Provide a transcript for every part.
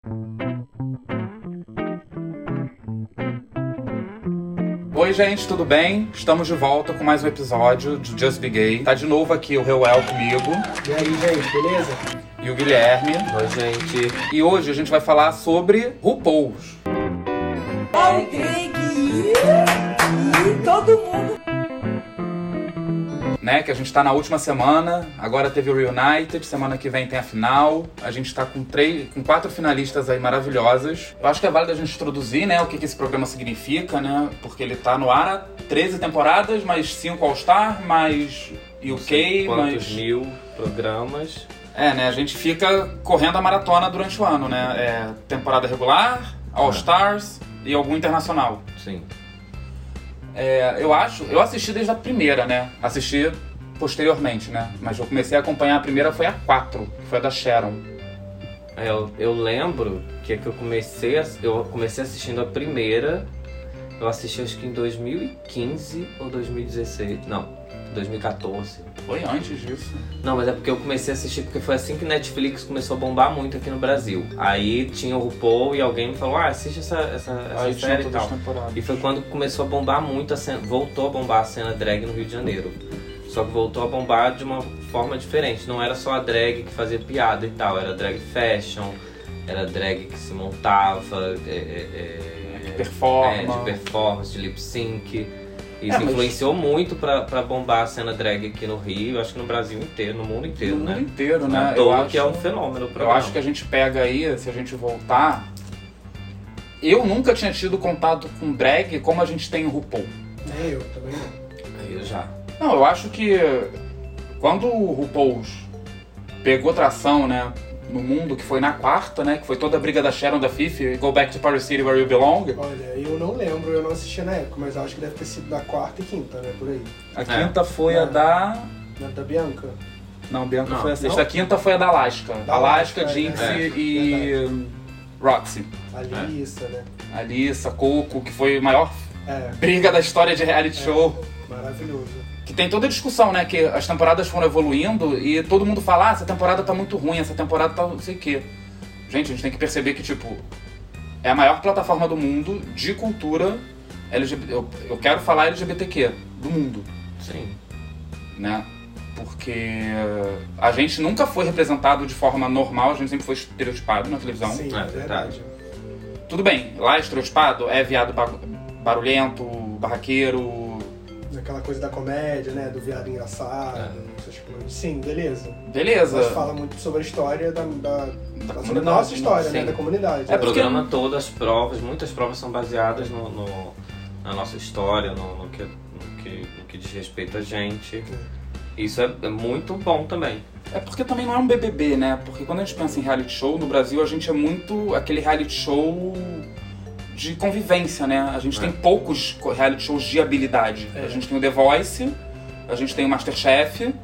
Oi, gente, tudo bem? Estamos de volta com mais um episódio de Just Be Gay. Tá de novo aqui o Reuel comigo. E aí, gente, beleza? E o Guilherme. Oi, gente. E hoje a gente vai falar sobre RuPaul's. Alguém que ir, todo mundo. Né, que a gente tá na última semana, agora teve o Reunited, semana que vem tem a final. A gente tá com 4 finalistas aí maravilhosas. Eu acho que é válido a gente introduzir, né, o que esse programa significa, né, porque ele tá no ar há 13 temporadas, mais 5 All-Star, mais UK, quantos mil programas. Né, a gente fica correndo a maratona durante o ano, né, temporada regular, All-Stars e algum internacional. Sim. Eu assisti desde a primeira, né? Assisti posteriormente, né? Mas eu comecei a acompanhar a primeira, foi a 4, que foi a da Sharon. Eu lembro que eu comecei assistindo a primeira. Eu assisti acho que em 2015 ou 2016. Não, 2014. Foi antes disso. Não, mas é porque eu comecei a assistir porque foi assim que Netflix começou a bombar muito aqui no Brasil. Aí tinha o RuPaul e alguém me falou, assiste essa série e tal. E foi quando começou a bombar muito a cena, voltou a bombar a cena drag no Rio de Janeiro. Só que voltou a bombar de uma forma diferente. Não era só a drag que fazia piada e tal, era drag fashion, era drag que se montava, de performance, de lip sync. Isso influenciou muito pra bombar a cena drag aqui no Rio, acho que no Brasil inteiro, no mundo inteiro, né? No mundo inteiro, né? Eu acho que é um fenômeno. Eu acho que a gente pega aí, se a gente voltar... Eu nunca tinha tido contato com drag como a gente tem o RuPaul. Eu também não. Eu já. Não, eu acho que quando o RuPaul pegou tração, né, no mundo, que foi na 4ª, né, que foi toda a briga da Sharon, da Fifi, Go Back to Paris City Where You Belong. Olha, eu não lembro, eu não assistia na época, mas acho que deve ter sido da 4ª e 5ª, né, por aí. A 5ª foi a da... Da Bianca? Não, Bianca foi a 6ª. A 5ª foi a da Alaska. Alaska, Jinxie e Roxy. Alissa, né? Alissa, Coco, que foi a maior briga da história de reality show. Maravilhoso. Que tem toda a discussão, né? Que as temporadas foram evoluindo e todo mundo fala, essa temporada tá muito ruim, essa temporada tá não sei o quê. Gente, a gente tem que perceber que, tipo, é a maior plataforma do mundo de cultura LGBT. Eu quero falar LGBTQ, do mundo. Sim. Né? Porque a gente nunca foi representado de forma normal, a gente sempre foi estereotipado na televisão. Sim, é verdade. Tudo bem, lá estereotipado é viado barulhento, barraqueiro... Aquela coisa da comédia, né? Do viado engraçado, essas coisas. Sim, beleza. Mas fala muito sobre a história sobre a nossa história, né? Da comunidade. O programa todo, as provas, muitas provas são baseadas na nossa história, no que diz respeito a gente. Isso é muito bom também. É porque também não é um BBB, né? Porque quando a gente pensa em reality show, no Brasil a gente é muito aquele reality show de convivência, né? A gente tem poucos reality shows de habilidade. A gente tem o The Voice, a gente tem o Masterchef.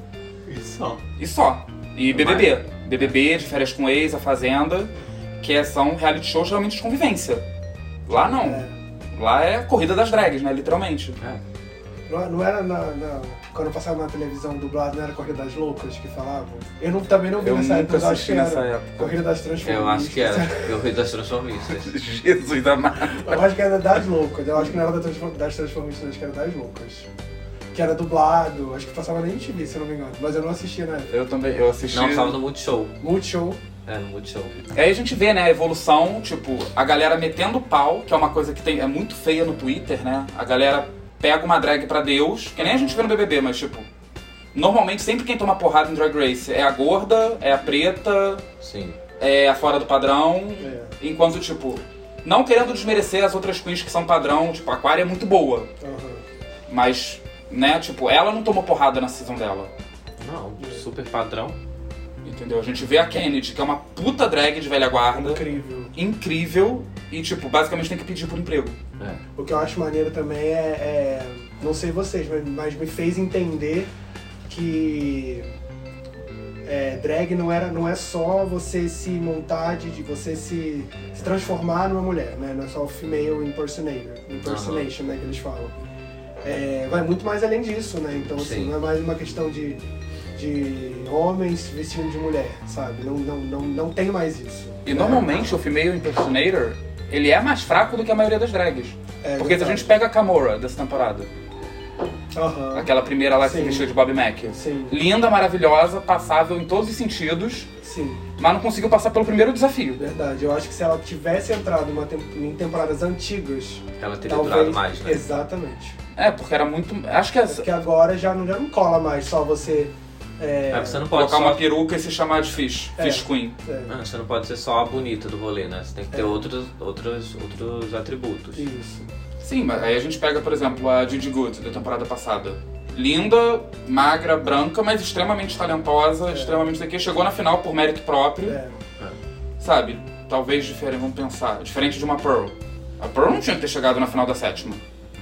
E só. E BBB. BBB, de Férias com Ex, A Fazenda, que são reality shows geralmente de convivência. Lá não. Lá é a corrida das drags, né? Literalmente. Não era quando passava na televisão dublado, não era Corrida das Loucas que falavam? Eu também não vi nessa época, eu acho que era Corrida das Transformistas. Eu acho que era Corrida das Transformistas. Jesus amado. Eu acho que era das Loucas, eu acho que não era das Transformistas, acho que era das Loucas. Que era dublado, acho que passava na MTV, se eu não me engano, mas eu não assistia na época. Eu assisti... Não, passava no Multishow. Multishow. No Multishow. Aí a gente vê, né, a evolução, tipo, a galera metendo pau, que é uma coisa que é muito feia no Twitter, né? A galera pega uma drag pra Deus, que nem a gente vê no BBB, mas tipo... Normalmente, sempre quem toma porrada em Drag Race é a gorda, é a preta, Sim. É a fora do padrão, enquanto, tipo... Não querendo desmerecer as outras queens que são padrão, tipo, a Aquaria é muito boa. Mas, né, tipo, ela não tomou porrada na season dela. Não, super padrão. Entendeu? A gente vê a Kennedy, que é uma puta drag de velha guarda. Incrível. E, tipo, basicamente tem que pedir por emprego. O que eu acho maneiro também não sei vocês, mas me fez entender que drag não é só você se montar, de você se transformar numa mulher, né? Não é só o female impersonation, né, que eles falam. Vai muito mais além disso, né? Então, assim, não é mais uma questão de homens vestindo de mulher, sabe? Não tem mais isso. E normalmente o Female Impersonator, ele é mais fraco do que a maioria das drags. Porque se a gente pega a Kimora dessa temporada, aquela primeira lá que se vestiu de Bob Mac. Sim. Linda, maravilhosa, passável em todos os sentidos. Sim. Mas não conseguiu passar pelo primeiro desafio. Verdade. Eu acho que se ela tivesse entrado em temporadas antigas... Ela teria durado mais, né? Exatamente. Porque era muito... Acho que porque agora já não cola mais só você... você não pode colocar uma peruca e se chamar de Fish Queen. Você não pode ser só a bonita do rolê, né? Você tem que ter outros atributos. Isso. Sim, mas aí a gente pega, por exemplo, a Gigi Good, da temporada passada. Linda, magra, branca, mas extremamente talentosa, extremamente daqui. Chegou na final por mérito próprio. Sabe? Talvez diferente, vamos pensar. Diferente de uma Pearl. A Pearl não tinha que ter chegado na final da 7ª.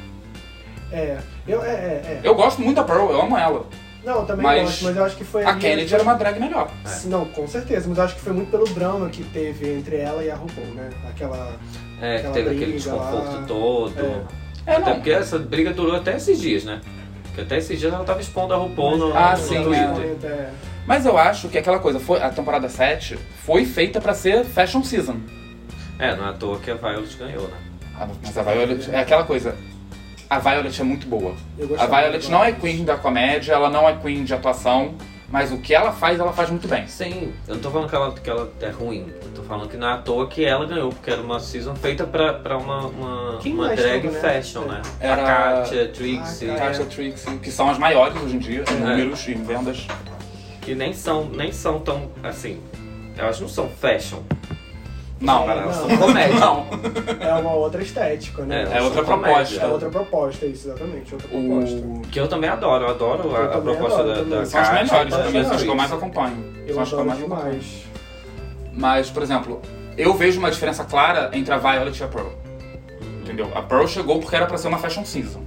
Eu gosto muito da Pearl, eu amo ela. Não, eu também gosto, mas eu acho que foi... A Kennedy era uma drag melhor. Não, com certeza, mas eu acho que foi muito pelo drama que teve entre ela e a RuPaul, né? Aquela que teve aquele desconforto lá. todo. Até porque essa briga durou até esses dias, né? Porque até esses dias ela tava expondo a RuPaul no Twitter. Mas eu acho que aquela coisa, a temporada 7 foi feita pra ser fashion season. Não é à toa que a Violet ganhou, né? Mas a Violet é aquela coisa... A Violet é muito boa. A Violet não é queen da comédia, ela não é queen de atuação, mas o que ela faz muito bem. Sim, eu não tô falando que ela é ruim, eu tô falando que não é à toa que ela ganhou, porque era uma season feita pra uma drag fashion, né? Era a Katia, Trixie, que são as maiores hoje em dia, em números e em vendas. Que nem são tão, assim, elas não são fashion. Não, são comédia. Não. É uma outra estética, né? É outra proposta. É outra proposta, isso, exatamente. Outra proposta. Que eu também adoro. Eu adoro a proposta da São as melhores também, são as que eu mais acompanho. Eu adoro demais. Mas, por exemplo, eu vejo uma diferença clara entre a Violet e a Pearl. Entendeu? A Pearl chegou porque era pra ser uma fashion season.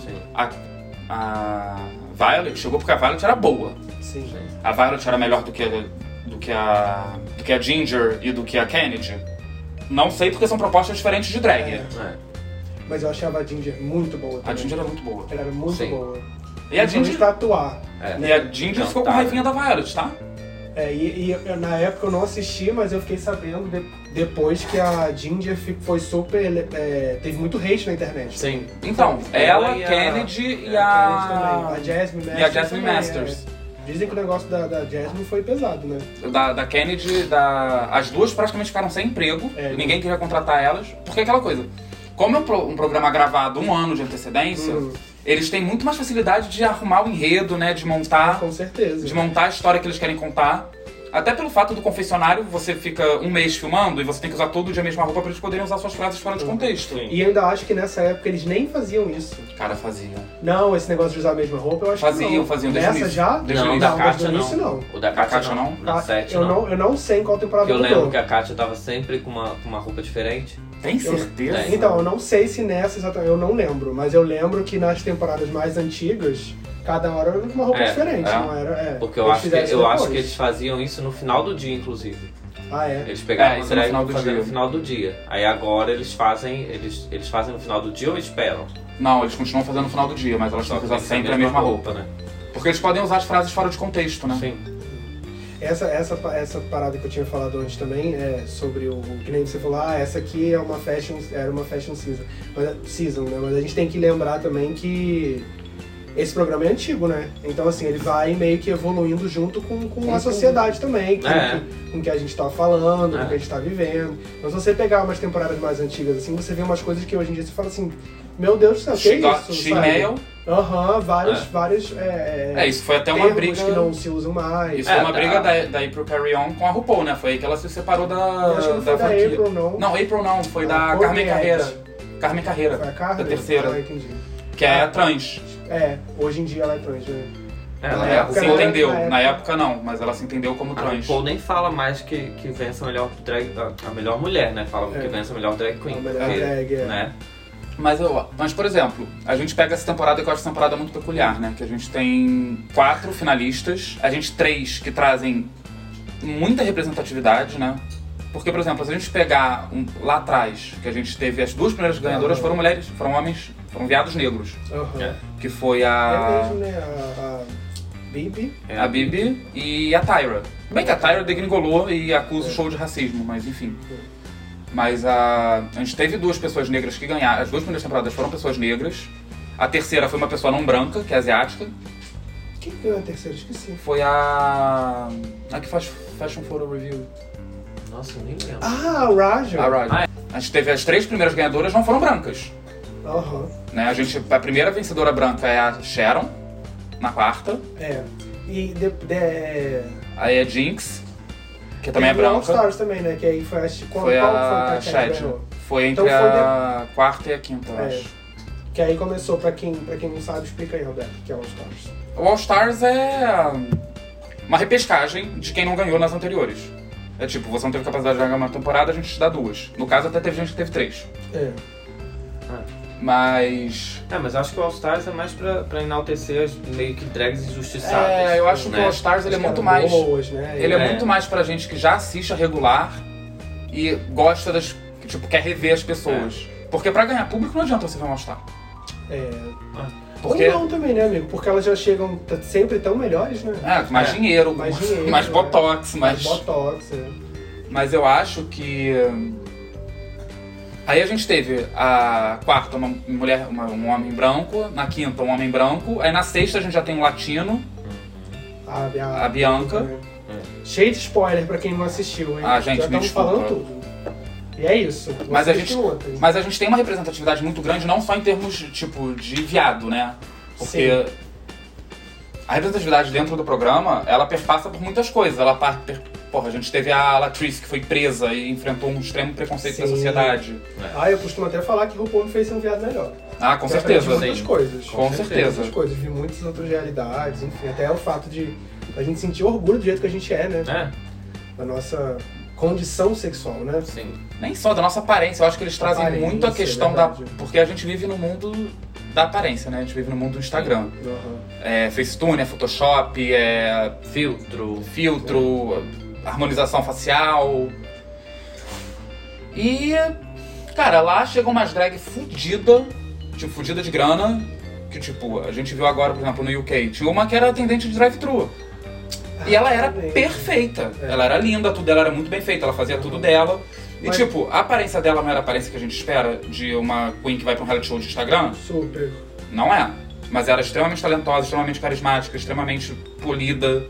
A Violet chegou porque a Violet era boa. Sim. A Violet era melhor do que a Ginger e do que a Kennedy? Não sei, porque são propostas diferentes de drag. Mas eu achava a Ginger muito boa também. A Ginger era muito boa. Ela era muito boa. E a Ginger... pra atuar. E a Ginger ficou com raivinha da Violet, tá? Na época eu não assisti, mas eu fiquei sabendo depois que a Ginger foi super... teve muito hate na internet. Sim. Então, ela, Kennedy e a Jasmine Masters. Dizem que o negócio da Jasmine foi pesado, né? Da Kennedy, as duas praticamente ficaram sem emprego, ninguém queria contratar elas, porque é aquela coisa, como é um programa gravado 1 ano de antecedência, eles têm muito mais facilidade de arrumar o enredo, né, de montar... Com certeza. De montar a história que eles querem contar. Até pelo fato do confessionário, você fica 1 mês filmando e você tem que usar todo dia a mesma roupa pra eles poderem usar suas frases fora de contexto. E ainda acho que nessa época eles nem faziam isso. Cara, faziam. Não, esse negócio de usar a mesma roupa eu acho que não. Faziam. Nessa já? Não, da Katia não. O da Katia não. Na 7 não. Eu não sei em qual temporada eu lembro que a Katia tava sempre com uma roupa diferente. Tem certeza? Então, eu não sei se nessa exatamente, eu não lembro, mas eu lembro que nas temporadas mais antigas, cada hora era uma roupa diferente, não era? Porque eu acho que eles faziam isso no final do dia, inclusive. Eles pegavam o drag e faziam no final do dia. Aí agora eles fazem no final do dia ou esperam? Não, eles continuam fazendo no final do dia, mas elas têm que usar sempre a mesma roupa, né? Porque eles podem usar as frases fora de contexto, né? Sim. Essa parada que eu tinha falado antes também é sobre o que nem você falou, essa aqui era uma fashion season, né? Mas a gente tem que lembrar também que esse programa é antigo, né? Então assim, ele vai meio que evoluindo junto com a sociedade também, com o que a gente tá falando, com o que a gente tá vivendo. Então se você pegar umas temporadas mais antigas assim, você vê umas coisas que hoje em dia você fala assim, meu Deus do céu, que é isso? She-mail. Vários isso foi até uma briga que não se usam mais. Isso foi uma briga da April Carry-On com a RuPaul, né? Foi aí que ela se separou da franquia. April, não. Não, April não, foi da Carmen Carreira. Carmen Carreira, foi a Carmen? da terceira. Entendi. Que é trans. Hoje em dia ela é trans, né? Na época se entendeu, na época não, mas ela se entendeu como trans. A RuPaul nem fala mais que vence a melhor mulher, né? Fala que vence a melhor drag queen. A melhor drag, né? Mas, por exemplo, a gente pega essa temporada que eu acho essa temporada muito peculiar, né? Que a gente tem 4 finalistas, a gente 3 que trazem muita representatividade, né? Porque, por exemplo, se a gente pegar lá atrás, que a gente teve as 2 primeiras ganhadoras foram mulheres, foram homens, foram viados negros. Que foi a... É mesmo, né? Bibi. A Bibi e a Tyra. Bem que a Tyra degringolou e acusa o show de racismo, mas enfim. Mas a gente teve 2 pessoas negras que ganharam. As 2 primeiras temporadas foram pessoas negras. A terceira foi uma pessoa não branca, que é asiática. Quem ganhou a terceira? Esqueci. Foi a que faz Fashion Photo Review. Nossa, eu nem lembro. Ah, o Raja. A Raja. A gente teve as 3 primeiras ganhadoras, não foram brancas. Né? A primeira vencedora branca é a Sharon, na quarta. E aí é Jinx, que também é branca. All Stars também, né? Que aí foi a Shed. Foi entre então a quarta e a quinta, eu acho. Que aí começou, pra quem não sabe, explica aí, Alberto, o que é All Stars. O All Stars é uma repescagem de quem não ganhou nas anteriores. É tipo, você não teve capacidade de ganhar uma temporada, a gente te dá 2. No caso, até teve gente que teve 3. Mas eu acho que o All Stars é mais pra enaltecer as meio que drags injustiçadas. Eu acho que o All Stars ele é muito mais. Boas, né? Ele é muito mais pra gente que já assiste a regular e gosta das. Tipo, quer rever as pessoas. Porque pra ganhar público não adianta você ver um All Star. Porque... Ou não também, né, amigo? Porque elas já chegam sempre tão melhores, né? Mais dinheiro, mais botox, mais botox, Mas eu acho que... Aí a gente teve a quarta, uma mulher, um homem branco, na quinta, um homem branco, aí na sexta a gente já tem um latino, a Bianca. Cheio de spoiler pra quem não assistiu, hein? Gente, já estamos falando tudo. E é isso. Mas a gente tem uma representatividade muito grande, não só em termos, tipo, de viado, né? Porque a representatividade dentro do programa, ela perpassa por muitas coisas. A gente teve a Latrice, que foi presa e enfrentou um extremo preconceito da sociedade. Eu costumo até falar que o RuPaul me fez ser um viado melhor. Com certeza. Muitas coisas. Com certeza. Muitas coisas. Vi muitas outras realidades, enfim. Até o fato de a gente sentir orgulho do jeito que a gente é, né? Da nossa condição sexual, né? Sim. Nem só da nossa aparência. Eu acho que eles trazem muito a questão porque a gente vive no mundo da aparência, né? A gente vive no mundo do Instagram. Facetune, Photoshop, filtro, harmonização facial. E, cara, lá chega umas drag fudida de grana, que tipo, a gente viu agora, por exemplo, no UK, tinha uma que era atendente de drive-thru. E ela era perfeita, ela era linda, tudo dela era muito bem feito, ela fazia tudo dela. E tipo, a aparência dela não era a aparência que a gente espera de uma queen que vai pra um reality show de Instagram? Super. Não é. Mas ela era extremamente talentosa, extremamente carismática, extremamente polida.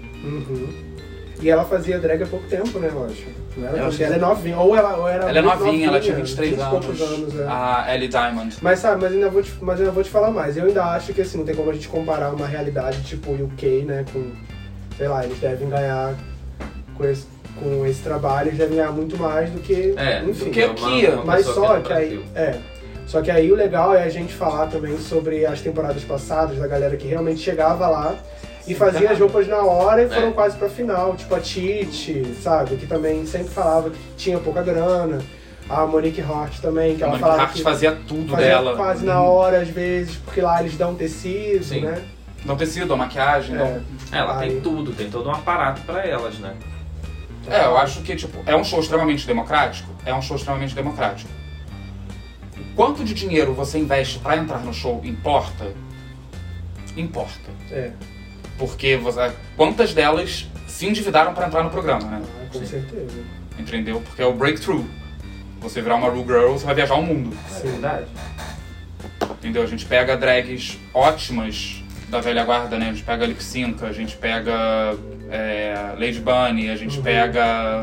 E ela fazia drag há pouco tempo, né, eu acho. Ela é novinha, ou era ela é novinha, ela tinha 23 anos. A Ellie Diamond. Mas sabe, mas ainda vou te falar mais. Eu ainda acho que assim, não tem como a gente comparar uma realidade tipo UK, né, com... Sei lá, eles devem ganhar com esse trabalho, eles devem ganhar muito mais do que, enfim. Do que aqui. Mas só que aí, só que aí o legal é a gente falar também sobre as temporadas passadas, da galera que realmente chegava lá e fazia as roupas na hora e foram quase pra final. Tipo a Titi, sabe? Que também sempre falava que tinha pouca grana. A Monique Hart também, que ela falava que fazia tudo dela. Quase na hora, às vezes, porque lá eles dão tecido, né? Dão tecido, a maquiagem. Ela tem tudo, tem todo um aparato pra elas, né? Eu acho que, tipo, é um show extremamente democrático? É um show extremamente democrático. Quanto de dinheiro você investe pra entrar no show importa? Importa. Porque quantas delas se endividaram pra entrar no programa, né? Com certeza. Entendeu? Porque é o breakthrough. Você virar uma Ru Girl, você vai viajar o mundo. É verdade. Entendeu? A gente pega drags ótimas da velha guarda, né? A gente pega Lip Sync, a gente pega Lady Bunny, a gente pega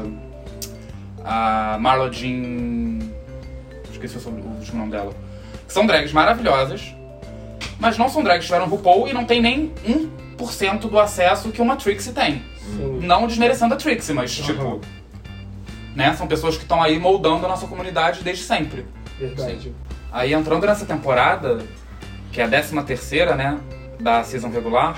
a Marla Jean... Esqueci o último nome dela. Que são drags maravilhosas, mas não são drags que tiveram RuPaul e não tem nem 1% do acesso que uma Trixie tem. Não desmerecendo a Trixie, mas tipo... Né? São pessoas que estão aí moldando a nossa comunidade desde sempre. Verdade. Aí entrando nessa temporada, que é a 13ª, né? Da season regular,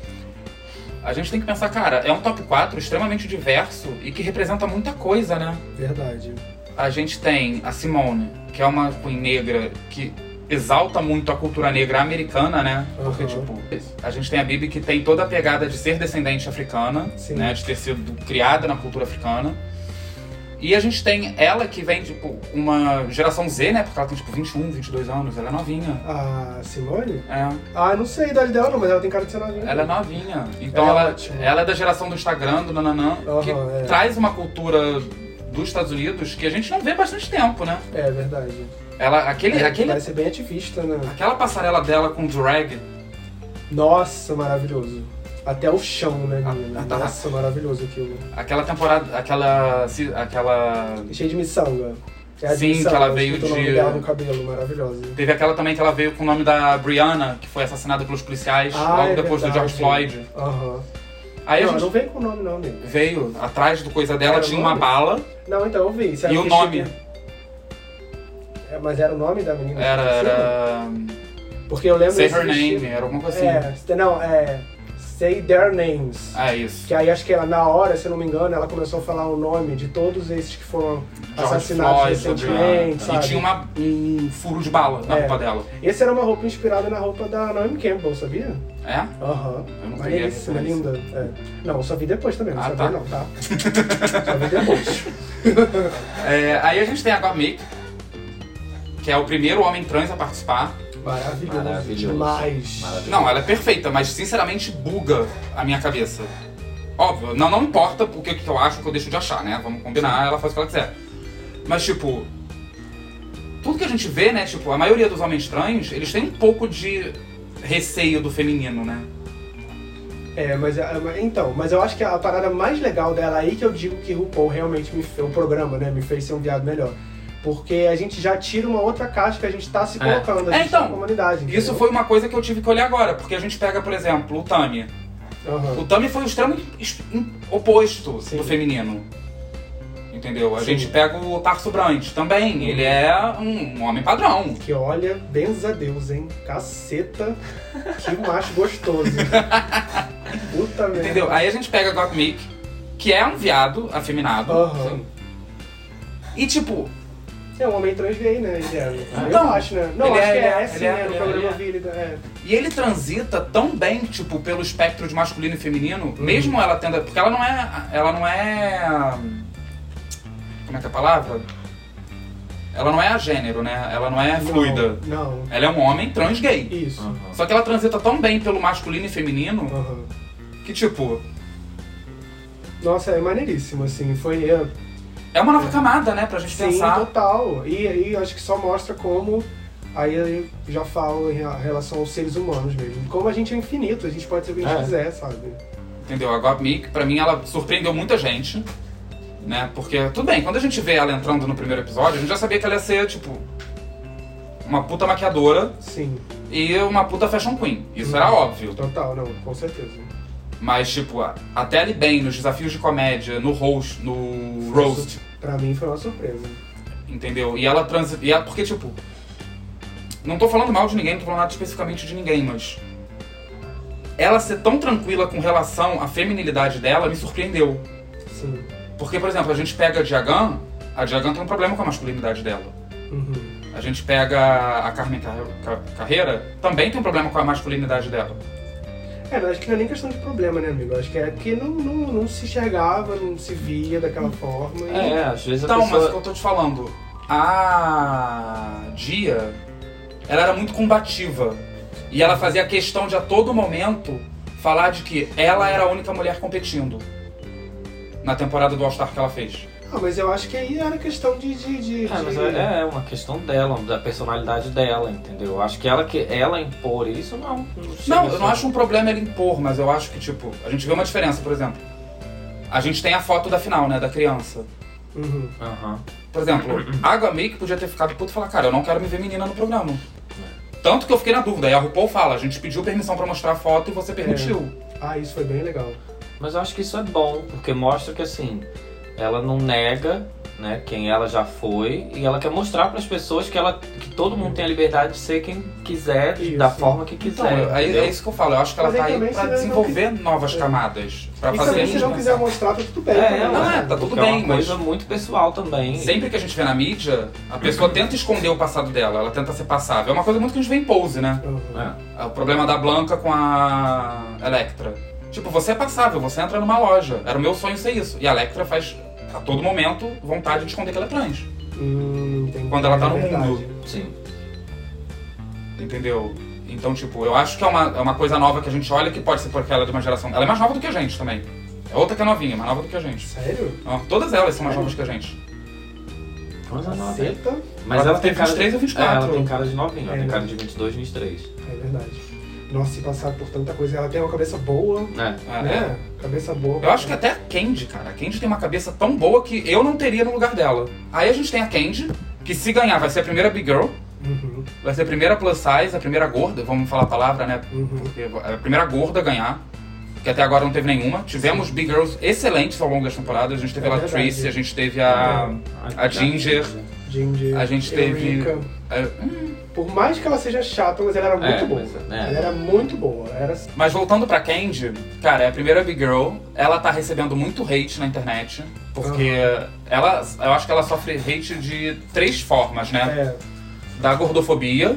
a gente tem que pensar, cara, é um top 4 extremamente diverso e que representa muita coisa, né? Verdade. A gente tem a Simone, que é uma queen negra que exalta muito a cultura negra americana, né? Porque, tipo, a gente tem a Bibi que tem toda a pegada de ser descendente africana, né? De ter sido criada na cultura africana. E a gente tem ela que vem, tipo, uma geração Z, né? Porque ela tem, tipo, 21, 22 anos. Ela é novinha. A Simone? É. Ah, eu não sei a idade dela não, mas ela tem cara de ser novinha. Ela é novinha. Então ela é da geração do Instagram, do nananã, que traz uma cultura dos Estados Unidos que a gente não vê há bastante tempo, né? É verdade. Aquele parece ser bem ativista, né? Aquela passarela dela com drag. Nossa, maravilhoso. Até o chão, né, menina? Nossa, maravilhoso aquilo. Aquela temporada, aquela... Cheia de miçanga. Sim, que ela veio de... O nome dela no cabelo, maravilhosa. Teve aquela também que ela veio com o nome da Brianna, que foi assassinada pelos policiais logo depois do George Floyd. Aí não veio com o nome não, amigo. Veio, atrás do coisa dela tinha uma bala. Não, então eu vi. E o nome. Mas era o nome da menina? Era... Porque eu lembro... Say Her Name, era alguma coisa assim. Say Their Names. É isso. Que aí acho que ela, na hora, se eu não me engano, ela começou a falar o nome de todos esses que foram assassinados recentemente, sabe? E tinha um furo de bala na roupa dela. Esse era uma roupa inspirada na roupa da Naomi Campbell, sabia? É? Aham. Eu não peguei essa linda. Não, eu só vi depois também, não sabia não, tá? Só vi depois. Aí a gente tem a Gottmik, que é o primeiro homem trans a participar. Maravilhoso. Demais. Não, ela é perfeita, mas sinceramente buga a minha cabeça. Óbvio, não importa o que eu acho, o que eu deixo de achar, né? Vamos combinar, ela faz o que ela quiser. Mas, tipo, tudo que a gente vê, né? Tipo, a maioria dos homens trans, eles têm um pouco de receio do feminino, né? Mas eu acho que a parada mais legal dela aí que eu digo que o RuPaul realmente o programa, né, me fez ser um viado melhor. Porque a gente já tira uma outra caixa que a gente tá se colocando na comunidade. Entendeu? Isso foi uma coisa que eu tive que olhar agora, porque a gente pega, por exemplo, o Tami. O Tami foi o extremo oposto do feminino. Entendeu? A gente pega o Tarso Brant também, ele é um homem padrão. Que olha, benza a Deus, hein? Caceta, que macho gostoso. Puta merda. Entendeu? Aí a gente pega a Gottmik, que é um viado afeminado. E tipo... É um homem trans gay, né? Eu acho, né? Não, acho que é assim, né? No programa eu vi ele. E ele transita tão bem, tipo, pelo espectro de masculino e feminino, mesmo ela tendo... Porque ela não é... Como é que é a palavra? Ela não é a gênero, né? Ela não é fluida. Não. Ela é um homem trans gay. Isso. Só que ela transita tão bem pelo masculino e feminino que, tipo... Nossa, é maneiríssimo, assim. É uma nova camada, né, pra gente pensar. Sim, total. E acho que só mostra como... Aí eu já falo em relação aos seres humanos mesmo. Como a gente é infinito, a gente pode ser o que a gente quiser, sabe? Entendeu? A Gottmik, pra mim, ela surpreendeu muita gente. Né? Porque, tudo bem, quando a gente vê ela entrando no primeiro episódio, a gente já sabia que ela ia ser, tipo... uma puta maquiadora. Sim. E uma puta fashion queen. Isso era óbvio. Total, não, com certeza. Mas, tipo, até ali bem, nos desafios de comédia, no roast. Pra mim foi uma surpresa. Entendeu? E ela porque, tipo... Não tô falando mal de ninguém, não tô falando nada especificamente de ninguém, mas... Ela ser tão tranquila com relação à feminilidade dela me surpreendeu. Sim. Porque, por exemplo, a gente pega a Diagan tem um problema com a masculinidade dela. A gente pega a Carmen Carreira, também tem um problema com a masculinidade dela. Mas acho que não é nem questão de problema, né, amigo? Acho que é que não se enxergava, não se via daquela forma. Às vezes então, mas o que eu tô te falando, a Dia, ela era muito combativa. E ela fazia questão de, a todo momento, falar de que ela era a única mulher competindo. Na temporada do All Star que ela fez. Mas eu acho que aí era questão mas é uma questão dela, da personalidade dela, entendeu? Eu acho que ela impor isso, não eu não acho um problema ela impor, mas eu acho que, tipo, a gente vê uma diferença, por exemplo. A gente tem a foto da final, né, da criança. Por exemplo, a Gottmik podia ter ficado puto e falar, cara, eu não quero me ver menina no programa. Tanto que eu fiquei na dúvida, aí a RuPaul fala, a gente pediu permissão pra mostrar a foto e você permitiu. Isso foi bem legal. Mas eu acho que isso é bom, porque mostra que, assim, ela não nega, né, quem ela já foi, e ela quer mostrar para as pessoas que todo mundo tem a liberdade de ser quem quiser, da forma que quiser. Então, é isso que eu falo, eu acho que ela tá aí pra desenvolver novas camadas. Pra fazer se não quiser mostrar, tá tudo bem. Tá tudo bem, é uma coisa muito pessoal também. Sempre que a gente vê na mídia, a pessoa tenta esconder o passado dela, ela tenta ser passável. É uma coisa muito que a gente vê em Pose, né? O problema da Blanca com a Electra. Tipo, você é passável, você entra numa loja. Era o meu sonho ser isso. E a Electra faz a todo momento, vontade de esconder que ela é trans. Entendi. Quando ela tá no mundo. Sim. Entendeu? Então, tipo, eu acho que é uma coisa nova que a gente olha que pode ser porque ela é de uma geração... Ela é mais nova do que a gente também. É outra que é novinha, mais nova do que a gente. Sério? Todas elas são mais novas que a gente. Caceta. Mas ela tem 23 ou 24. Ela tem cara de novinha, ela tem cara de 22, 23. É verdade. Nossa, se passar por tanta coisa, ela tem uma cabeça boa. Né? Cabeça boa. Eu acho que até a Candy, cara. A Candy tem uma cabeça tão boa que eu não teria no lugar dela. Aí a gente tem a Candy, que se ganhar vai ser a primeira Big Girl. Vai ser a primeira plus size, a primeira gorda, vamos falar a palavra, né? Porque a primeira gorda a ganhar. Que até agora não teve nenhuma. Tivemos Big Girls excelentes ao longo das temporadas. A gente teve a Tracy, a gente teve a Ginger. A gente teve... Por mais que ela seja chata, mas ela era muito boa. Ela era muito boa. Mas voltando pra Candy, cara, é a primeira Big Girl. Ela tá recebendo muito hate na internet. Porque eu acho que ela sofre hate de 3 formas, né? Da gordofobia.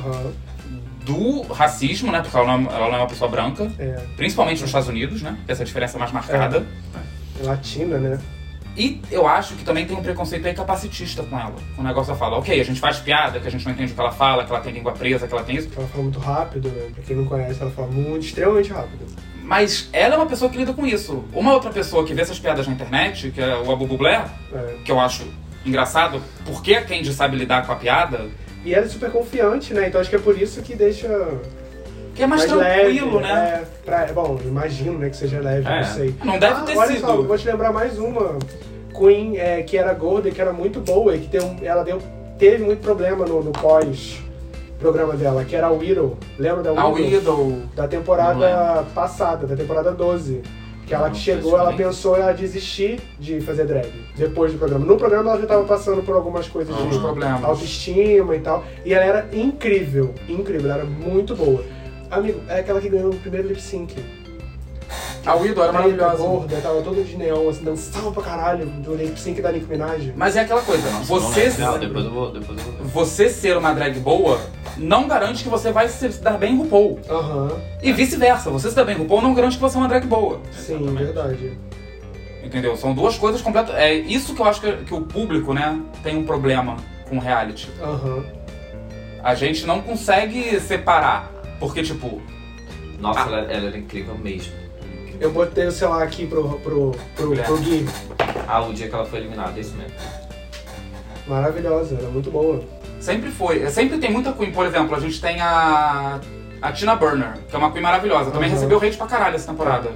Do racismo, né? Porque ela não é uma pessoa branca. Principalmente nos Estados Unidos, né? Essa diferença mais marcada. Latina, né? E eu acho que também tem um preconceito aí capacitista com ela. O negócio ela fala, ok, a gente faz piada, que a gente não entende o que ela fala, que ela tem língua presa, que ela tem isso. Ela fala muito rápido, né? Pra quem não conhece, ela fala extremamente rápido. Mas ela é uma pessoa que lida com isso. Uma outra pessoa que vê essas piadas na internet, que é o Abu Bublé, que eu acho engraçado, porque a Candy sabe lidar com a piada. E ela é super confiante, né? Então acho que é por isso que deixa... Que é mais tranquilo, leve, né? Bom, imagino, né, que seja leve, não sei. Não deve ter olha sido. Só, vou te lembrar mais uma. Queen, que era gorda, que era muito boa e que teve muito problema no pós-programa dela, que era a Widow. Lembra da Widow? A Widow. Da temporada passada, da temporada 12. Que ela chegou, ela pensou em desistir de fazer drag depois do programa. No programa ela já estava passando por algumas coisas de problemas. Autoestima e tal. E ela era incrível, ela era muito boa. Amigo, é aquela que ganhou o primeiro lip sync. A Widow era maravilhosa. Gorda, tava toda de neon, assim, dançava pra caralho do lip sync da Nicki Minaj. Mas é aquela coisa, depois eu vou. Você ser uma drag boa não garante que você vai se dar bem em RuPaul. E vice-versa, você se dar bem em RuPaul não garante que você é uma drag boa. Sim, verdade. Entendeu? São duas coisas completas. É isso que eu acho que o público, né, tem um problema com reality. A gente não consegue separar, porque tipo... Nossa, ela era incrível mesmo. Eu botei o celular aqui pro Gui. O dia que ela foi eliminada, é isso mesmo. Maravilhosa, ela é muito boa. Sempre foi. Sempre tem muita Queen. Por exemplo, a gente tem a Tina Burner, que é uma Queen maravilhosa. Também recebeu hate pra caralho essa temporada.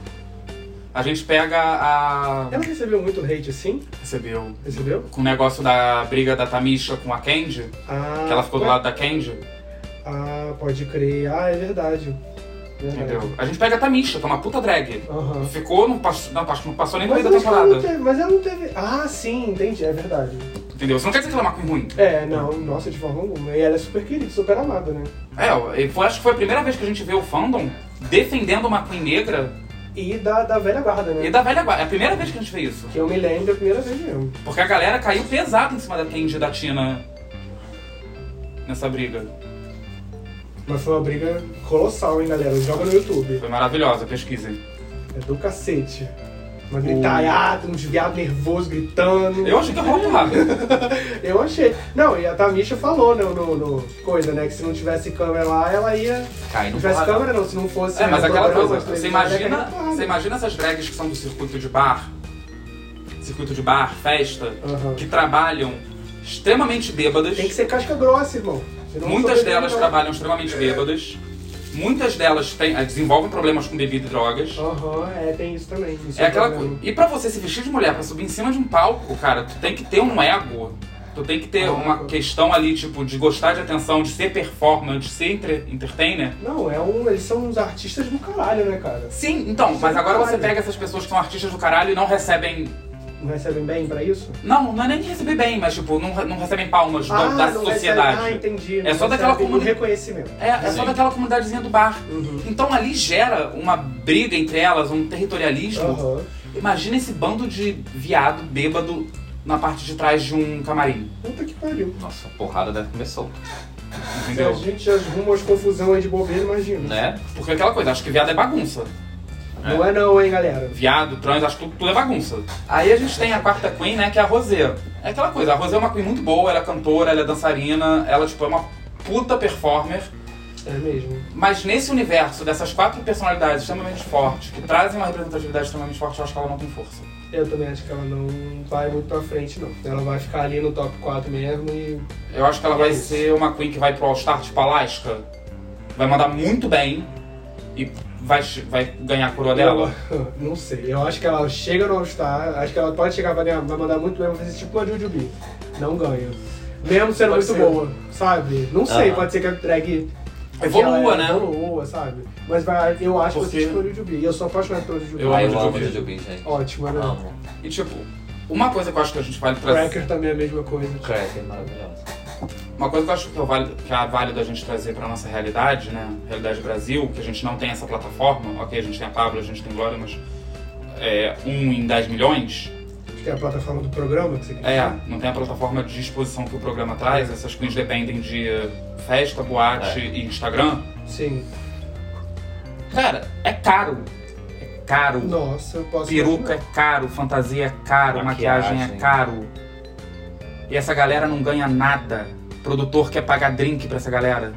A gente pega a... Ela recebeu muito hate assim? Recebeu. Recebeu? Com o negócio da briga da Tamisha com a Candy. Que ela ficou do lado da Candy. Pode crer. É verdade. Entendeu? A gente pega a Tamisha, que é uma puta drag. Ficou, não passou nem no meio da temporada. Mas ela não teve... sim, entendi, é verdade. Entendeu? Isso não quer dizer que ela é uma Queen ruim. Não, nossa, de forma alguma. E ela é super querida, super amada, né? Acho que foi a primeira vez que a gente vê o fandom defendendo uma Queen negra. E da velha guarda, né? E da velha guarda. É a primeira vez que a gente vê isso. Que eu me lembro, é a primeira vez mesmo. Porque a galera caiu pesado em cima da Candy e da Tina nessa briga. Mas foi uma briga colossal, hein, galera? Joga no YouTube. Foi maravilhosa, pesquisem. É do cacete. Uma gritalhada, uns viados nervosos gritando. Eu achei que ia rolar porrada. Eu achei. Não, e a Tamisha falou no coisa, né? Que se não tivesse câmera lá, ela ia... Cair no se não tivesse câmera, não. Se não fosse... mas aquela coisa, você imagina essas drags que são do circuito de bar, festa, que trabalham extremamente bêbadas. Tem que ser casca grossa, irmão. Muitas delas trabalham extremamente bêbadas. Muitas delas desenvolvem problemas com bebida e drogas. Tem isso também. Isso é aquela coisa. E pra você se vestir de mulher, pra subir em cima de um palco, cara, tu tem que ter um ego. Tu tem que ter uma questão ali, tipo, de gostar de atenção, de ser performer, de ser entertainer. Não, eles são uns artistas do caralho, né, cara? Sim, então, mas agora você pega essas pessoas que são artistas do caralho e não recebem... Não recebem bem pra isso? Não é nem receber bem, mas tipo, não recebem palmas da sociedade. Entendi. É só daquela comunidade. Reconhecimento. É só daquela comunidadezinha do bar. Então ali gera uma briga entre elas, um territorialismo. Imagina esse bando de viado bêbado na parte de trás de um camarim. Puta que pariu. Nossa, a porrada deve comer solta. Entendeu? Se a gente arruma as confusão aí de bobeira, imagina. Né? Porque aquela coisa, acho que viado é bagunça. Não é não, hein, galera. Viado, trans, acho que tudo é bagunça. Aí a gente tem a quarta queen, né, que é a Rosé. É aquela coisa, a Rosé é uma queen muito boa, ela é cantora, ela é dançarina, ela, tipo, é uma puta performer. É mesmo. Mas nesse universo dessas 4 personalidades extremamente fortes, que trazem uma representatividade extremamente forte, eu acho que ela não tem força. Eu também acho que ela não vai muito pra frente, não. Ela vai ficar ali no top 4 mesmo e... Eu acho que ela vai ser uma queen que vai pro All-Star, tipo a Alaska, vai mandar muito bem e vai ganhar a coroa dela. Não sei, eu acho que ela chega no All-Star, acho que ela pode chegar, vai mandar muito bem, vai fazer tipo uma Jujubee. Não ganha. Mesmo sendo muito boa, sabe? Não sei, pode ser que a drag... Evolua, né? Evolua, sabe? Mas eu acho que você escolheu o Jujubee. E eu sou apaixonado pelo Jujubee. Eu amo o Jujubee, gente. Ótimo, né? Amo. E tipo, uma coisa que eu acho que a gente vale trazer... Cracker também é a mesma coisa. Cracker, maravilhoso. Uma coisa que eu acho que é válido a gente trazer pra nossa realidade, né? Realidade Brasil, que a gente não tem essa plataforma. Ok, a gente tem a Pablo, a gente tem Glória, mas... 1 em 10 milhões... Que é a plataforma do programa que você quer dizer? Não tem a plataforma de exposição que o programa traz. Essas queens dependem de festa, boate e Instagram. Sim. Cara, é caro. É caro. Nossa, eu posso... Peruca é caro, fantasia é caro, maquiagem é caro. E essa galera não ganha nada. O produtor quer pagar drink pra essa galera.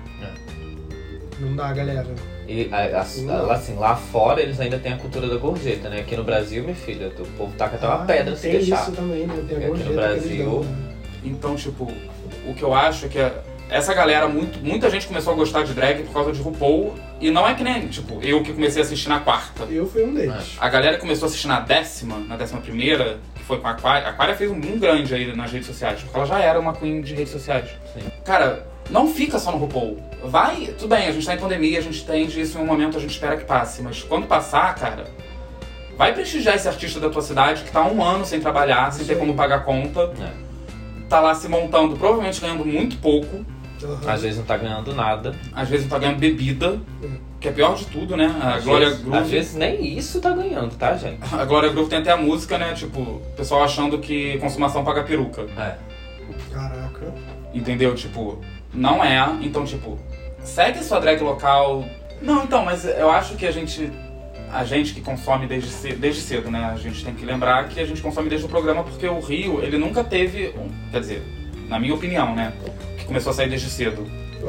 Não dá, galera. E assim, lá fora eles ainda têm a cultura da gorjeta, né? Aqui no Brasil, minha filha, o povo taca até uma pedra se deixar. Tem isso também, né? Tem a gorjeta aqui no Brasil. Então, tipo, o que eu acho é que essa galera, muita gente começou a gostar de drag por causa de RuPaul. E não é que nem, tipo, eu que comecei a assistir na 4ª. Eu fui um deles. A galera começou a assistir na 11ª, que foi com a Aquaria. A Aquaria fez um boom grande aí nas redes sociais, porque ela já era uma queen de redes sociais. Sim. Cara, não fica só no RuPaul. Vai, tudo bem, a gente tá em pandemia, a gente entende isso em um momento, a gente espera que passe. Mas quando passar, cara, vai prestigiar esse artista da tua cidade que tá há 1 ano sem trabalhar, sem ter como pagar conta. Tá lá se montando, provavelmente ganhando muito pouco. Às vezes não tá ganhando nada. Às vezes não tá ganhando bebida, que é pior de tudo, né? A Glória Groove... Às vezes nem isso tá ganhando, tá, gente? A Glória Groove tem até a música, né? Tipo, o pessoal achando que consumação paga peruca. Caraca. Entendeu? Tipo, não é. Então, tipo, segue sua drag local. Não, então, mas eu acho que a gente que consome desde cedo, né? A gente tem que lembrar que a gente consome desde o programa porque o Rio, ele nunca teve... Quer dizer, na minha opinião, né? Que começou a sair desde cedo.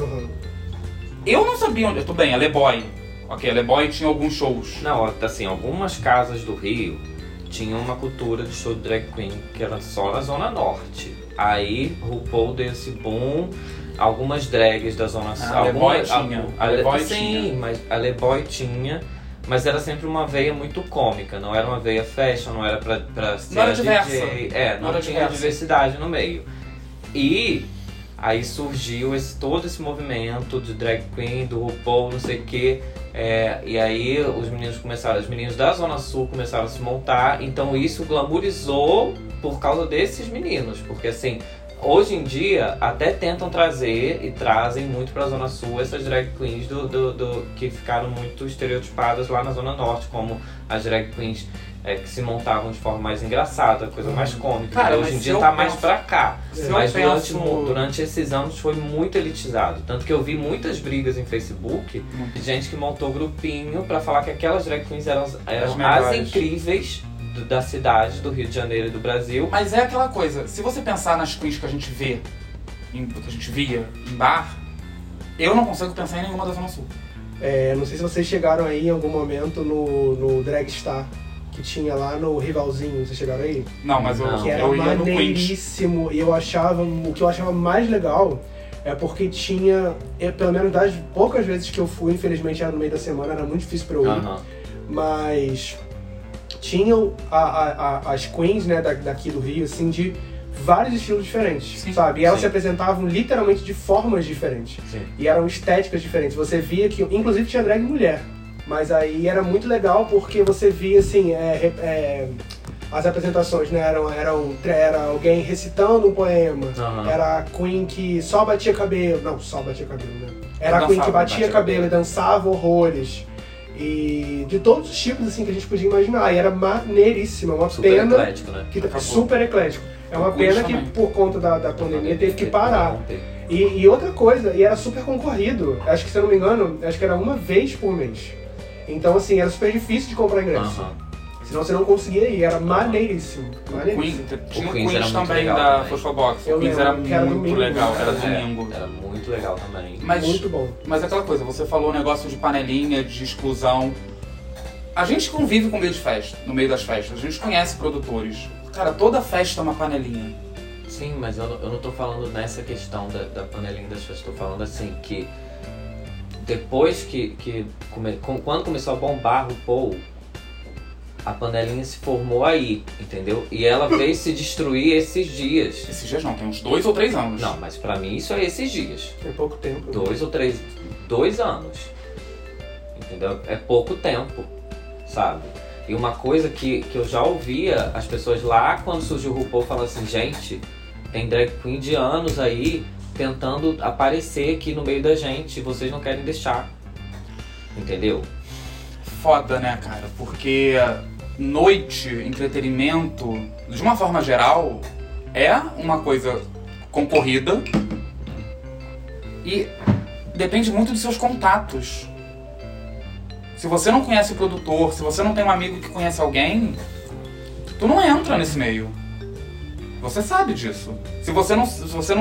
Eu não sabia onde... Tudo bem, a LeBoy. Ok, a LeBoy tinha alguns shows. Não, assim, algumas casas do Rio tinham uma cultura de show de drag queen que era só na Zona Norte. Aí, RuPaul deu esse boom... Algumas drags da Zona Sul. A LeBoy tinha. Sim, mas a LeBoy tinha... Mas era sempre uma veia muito cômica, não era uma veia fashion, não era pra ser não era diversa. DJ. Não tinha diversidade no meio. E aí surgiu todo esse movimento de drag queen, do RuPaul, não sei o quê. E aí os meninos da Zona Sul começaram a se montar, então isso glamourizou por causa desses meninos, porque assim... Hoje em dia, até tentam trazer e trazem muito pra Zona Sul essas drag queens que ficaram muito estereotipadas lá na Zona Norte, como as drag queens que se montavam de forma mais engraçada, coisa mais cômica. Cara, hoje em dia tá mais pra cá. Mas durante esses anos foi muito elitizado. Tanto que eu vi muitas brigas em Facebook de gente que montou grupinho pra falar que aquelas drag queens eram as incríveis da cidade, do Rio de Janeiro e do Brasil. Mas é aquela coisa, se você pensar nas queens que a gente vê, que a gente via em bar, eu não consigo pensar em nenhuma da Zona Sul. Não sei se vocês chegaram aí em algum momento no Dragstar, que tinha lá no Rivalzinho, vocês chegaram aí? Não, mas que era maneiríssimo, e o que eu achava mais legal é porque tinha, pelo menos das poucas vezes que eu fui, infelizmente era no meio da semana, era muito difícil pra eu ir, mas... Tinham as queens, né, daqui do Rio, assim, de vários estilos diferentes, sabe? E elas se apresentavam literalmente de formas diferentes. E eram estéticas diferentes. Você via que, inclusive, tinha drag mulher. Mas aí era muito legal porque você via, assim, as apresentações, né? Era alguém recitando um poema. Era a queen que só batia cabelo. Não, só batia cabelo, né? Era a queen que batia cabelo e dançava horrores. E de todos os tipos assim que a gente podia imaginar. E era maneiríssima, uma super pena. Eclético, né? Super eclético. É uma pena que por conta da pandemia teve que parar. E outra coisa, e era super concorrido. Acho que, se eu não me engano, acho que era uma vez por mês. Então, assim, era super difícil de comprar ingresso. Senão você não conseguia ir, era maneiríssimo. Tinha o Queens também da Fosfobox. O Queens era muito legal, era domingo. Era muito legal também. Muito bom. Mas é aquela coisa, você falou o negócio de panelinha, de exclusão. A gente convive com o meio de festa, no meio das festas. A gente conhece produtores. Cara, toda festa é uma panelinha. Sim, mas eu não tô falando nessa questão da panelinha das festas. Tô falando assim, que depois quando começou a bombar o RuPaul, a panelinha se formou aí, entendeu? E ela veio se destruir esses dias. Esses dias não, tem uns 2 ou 3 anos. Não, mas pra mim isso é esses dias. É pouco tempo. 2 anos. Entendeu? É pouco tempo, sabe? E uma coisa que eu já ouvia as pessoas lá quando surgiu o RuPaul falando assim, gente, tem drag queen de anos aí tentando aparecer aqui no meio da gente e vocês não querem deixar. Entendeu? Foda, né, cara? Porque noite, entretenimento, de uma forma geral, é uma coisa concorrida e depende muito dos seus contatos. Se você não conhece o produtor, se você não tem um amigo que conhece alguém, tu não entra nesse meio. Você sabe disso. Se você não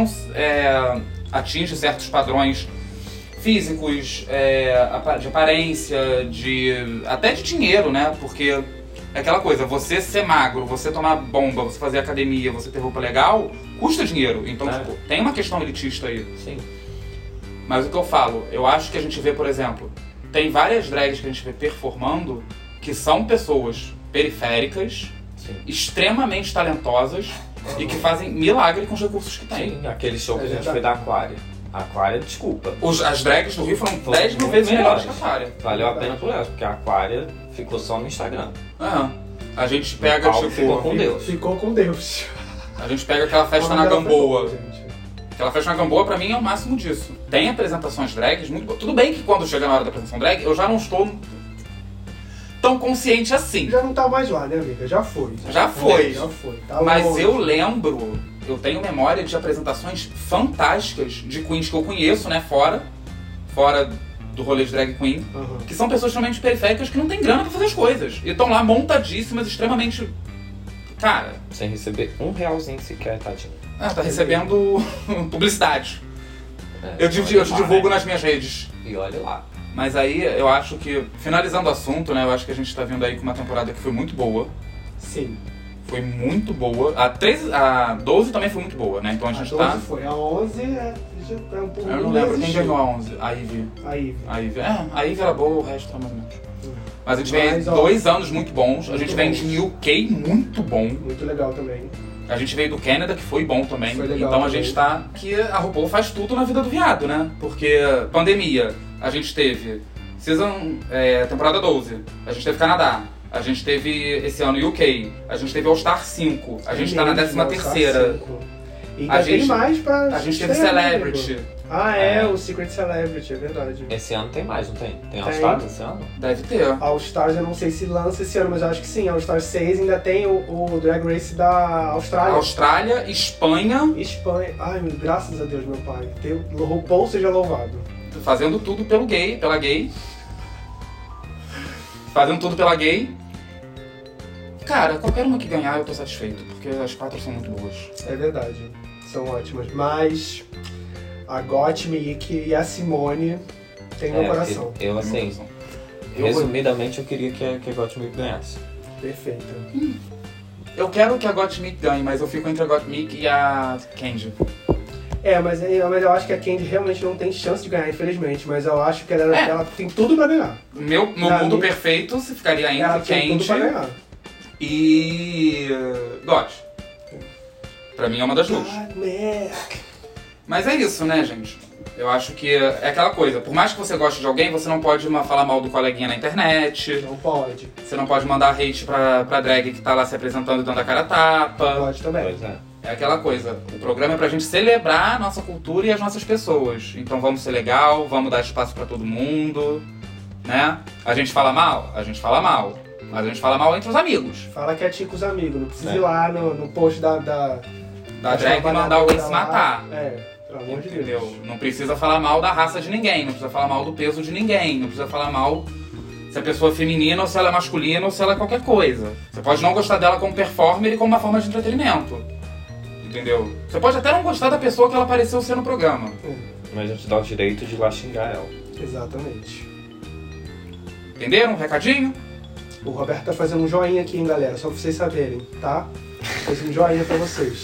atinge certos padrões físicos, de aparência, até de dinheiro, né? Porque é aquela coisa, você ser magro, você tomar bomba, você fazer academia, você ter roupa legal, custa dinheiro. Então, tipo, tem uma questão elitista aí. Sim. Mas o que eu falo, eu acho que a gente vê, por exemplo, tem várias drags que a gente vê performando que são pessoas periféricas, extremamente talentosas e que fazem milagre com os recursos que têm. Sim, aquele show que a gente foi da Aquária. A Aquária, desculpa. As drags do Rio foram 10 mil vezes melhores que a Aquária. Valeu a pena por elas, porque a Aquária ficou só no Instagram. A gente pega, tipo... Ficou com Deus. Ficou com Deus. A gente pega aquela festa na Gamboa. Aquela festa na Gamboa, pra mim, é o máximo disso. Tem apresentações drags muito boas. Tudo bem que quando chega na hora da apresentação drag, eu já não estou tão consciente assim. Já não tá mais lá, né, amiga? Já foi. Já foi. Tá mas longe. eu lembro, eu tenho memória de apresentações fantásticas de queens que eu conheço, né, fora do rolê de drag queen, que são pessoas extremamente periféricas que não têm grana pra fazer as coisas. E estão lá montadíssimas, extremamente... Cara... Sem receber R$1 sequer, tadinho. Tá recebendo publicidade. Eu divulgo nas minhas redes. E olha lá. Mas aí eu acho que, finalizando o assunto, né, eu acho que a gente tá vindo aí com uma temporada que foi muito boa. Sim. Foi muito boa. A 12 também foi muito boa, né? Então a gente a 12 foi. A 11 é um pouco... Eu não lembro quem ganhou a 11. A Ivy. A Ivy. A Ivy era boa, o resto era mais ou menos. Mas a gente vem 2 anos muito bons. A gente vem de UK muito bom. Muito legal também. A gente veio do Canadá, que foi bom também. Foi legal, então a gente tá... Que a RuPaul faz tudo na vida do viado, né? Porque pandemia, a gente teve temporada 12, a gente teve Canadá, a gente teve esse ano UK, a gente teve All Star 5, a gente tá na 13ª. E ainda tem mais pra... A gente teve Celebrity. O Secret Celebrity, é verdade. Esse ano tem mais, não tem? Tem All Stars esse ano? Deve ter. All Stars eu não sei se lança esse ano, mas eu acho que sim. All Stars 6 ainda tem o Drag Race da Austrália. Austrália, Espanha. Ai, graças a Deus, meu pai. O RuPaul seja louvado. Fazendo tudo pela gay. Fazendo tudo pela gay. Cara, qualquer uma que ganhar eu tô satisfeito, porque as 4 são muito boas. É verdade, são ótimas. Mas a Gottmik e a Simone tem meu coração. Eu assim, resumidamente eu queria que a Gottmik ganhasse. Perfeita. Eu quero que a Gottmik ganhe, mas eu fico entre a Gottmik e a Candy. Mas eu acho que a Candy realmente não tem chance de ganhar, infelizmente. Mas eu acho que ela tem tudo pra ganhar. No mundo perfeito, se ficaria entre ela Candy tem tudo pra ganhar. E... Got. Pra mim é uma das duas. Mas é isso, né, gente? Eu acho que é aquela coisa. Por mais que você goste de alguém, você não pode falar mal do coleguinha na internet. Não pode. Você não pode mandar hate pra drag que tá lá se apresentando e dando a cara a tapa. Não pode também. Pois é. É aquela coisa, o programa é pra gente celebrar a nossa cultura e as nossas pessoas. Então vamos ser legal, vamos dar espaço pra todo mundo, né? A gente fala mal? A gente fala mal. Mas a gente fala mal entre os amigos. Fala quietinho com os amigos, não precisa ir lá no post da drag e mandar alguém se matar. Pelo amor de Deus. Entendeu? Não precisa falar mal da raça de ninguém, não precisa falar mal do peso de ninguém, não precisa falar mal se a pessoa é feminina ou se ela é masculina ou se ela é qualquer coisa. Você pode não gostar dela como performer e como uma forma de entretenimento. Entendeu? Você pode até não gostar da pessoa que ela pareceu ser no programa. Mas a gente dá o direito de ir lá xingar ela. Exatamente. Entenderam? Recadinho? O Roberto tá fazendo um joinha aqui, hein, galera? Só pra vocês saberem, tá? Fez um joinha pra vocês.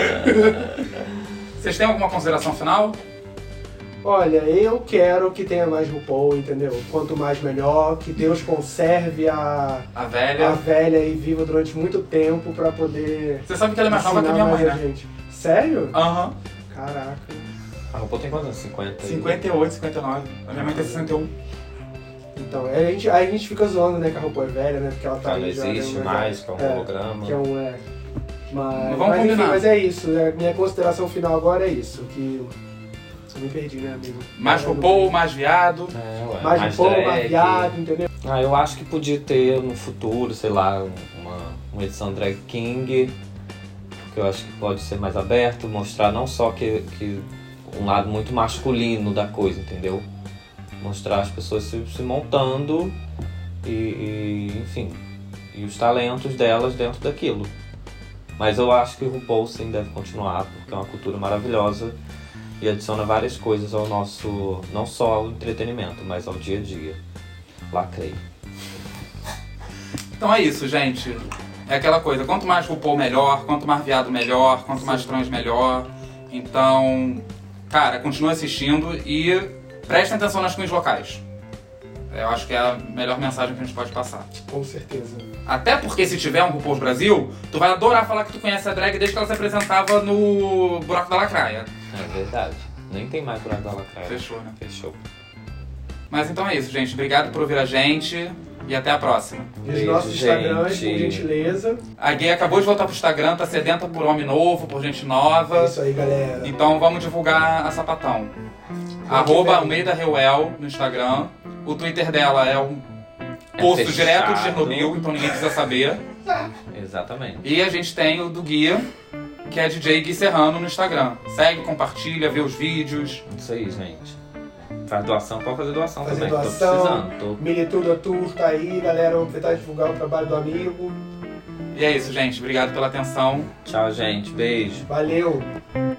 Vocês têm alguma consideração final? Olha, eu quero que tenha mais RuPaul, entendeu? Quanto mais melhor, que Deus conserve a velha e viva durante muito tempo pra poder... Você sabe que ela é mais nova que a minha mãe, né? Gente. Sério? Aham. Caraca. A RuPaul tem quantos anos? 50? 58, 59. A minha mãe tem 61. Então, aí a gente fica zoando, né, que a RuPaul é velha, né? Porque ela tá aí já... Não existe mais, que é um holograma. Que é um... Mas enfim, mas é isso. Minha consideração final agora é isso, que... Eu me perdi, né, amigo? Mais RuPaul, mais viado. Mais RuPaul, mais viado, entendeu? Eu acho que podia ter no futuro, sei lá, uma edição Drag King, porque eu acho que pode ser mais aberto, mostrar não só que um lado muito masculino da coisa, entendeu? Mostrar as pessoas se montando enfim, e os talentos delas dentro daquilo. Mas eu acho que o RuPaul sim deve continuar, porque é uma cultura maravilhosa e adiciona várias coisas ao nosso, não só ao entretenimento, mas ao dia a dia. Lacrei. Então é isso, gente. É aquela coisa, quanto mais RuPaul melhor, quanto mais viado melhor, quanto mais trans melhor. Então, cara, continue assistindo e prestem atenção nas queens locais. Eu acho que é a melhor mensagem que a gente pode passar. Com certeza. Até porque se tiver um RuPaul's Brasil, tu vai adorar falar que tu conhece a drag desde que ela se apresentava no Buraco da Lacraia. É verdade. Nem tem mais Buraco da Lacraia. Fechou, né? Fechou. Mas então é isso, gente. Obrigado por ouvir a gente e até a próxima. E os nossos Instagrams, por gentileza. A Gay acabou de voltar pro Instagram, tá sedenta por homem novo, por gente nova. É isso aí, galera. Então vamos divulgar a Sapatão. @AlmeidaReuel no Instagram. O Twitter dela é um posto direto de Chernobyl, então ninguém precisa saber. Exatamente. E a gente tem o do Guia, que é DJ Gui Serrano no Instagram. Segue, compartilha, vê os vídeos. Isso aí, gente. Faz doação, pode fazer doação fazer também. Doação, tô precisando. Milituda Tour tá aí, galera. Vamos tentar divulgar o trabalho do amigo. E é isso, gente. Obrigado pela atenção. Tchau, gente. Beijo. Valeu.